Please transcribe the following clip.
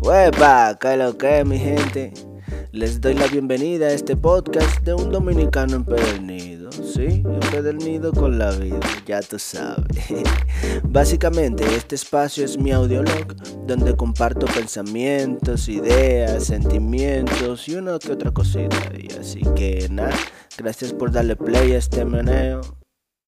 Huepa, ¿qué lo que mi gente? Les doy la bienvenida a este podcast de un dominicano empedernido, ¿sí? Empedernido con la vida, ya tú sabes. Básicamente, este espacio es mi audiolog, donde comparto pensamientos, ideas, sentimientos y una que otra cosita. Y así que nada, gracias por darle play a este meneo.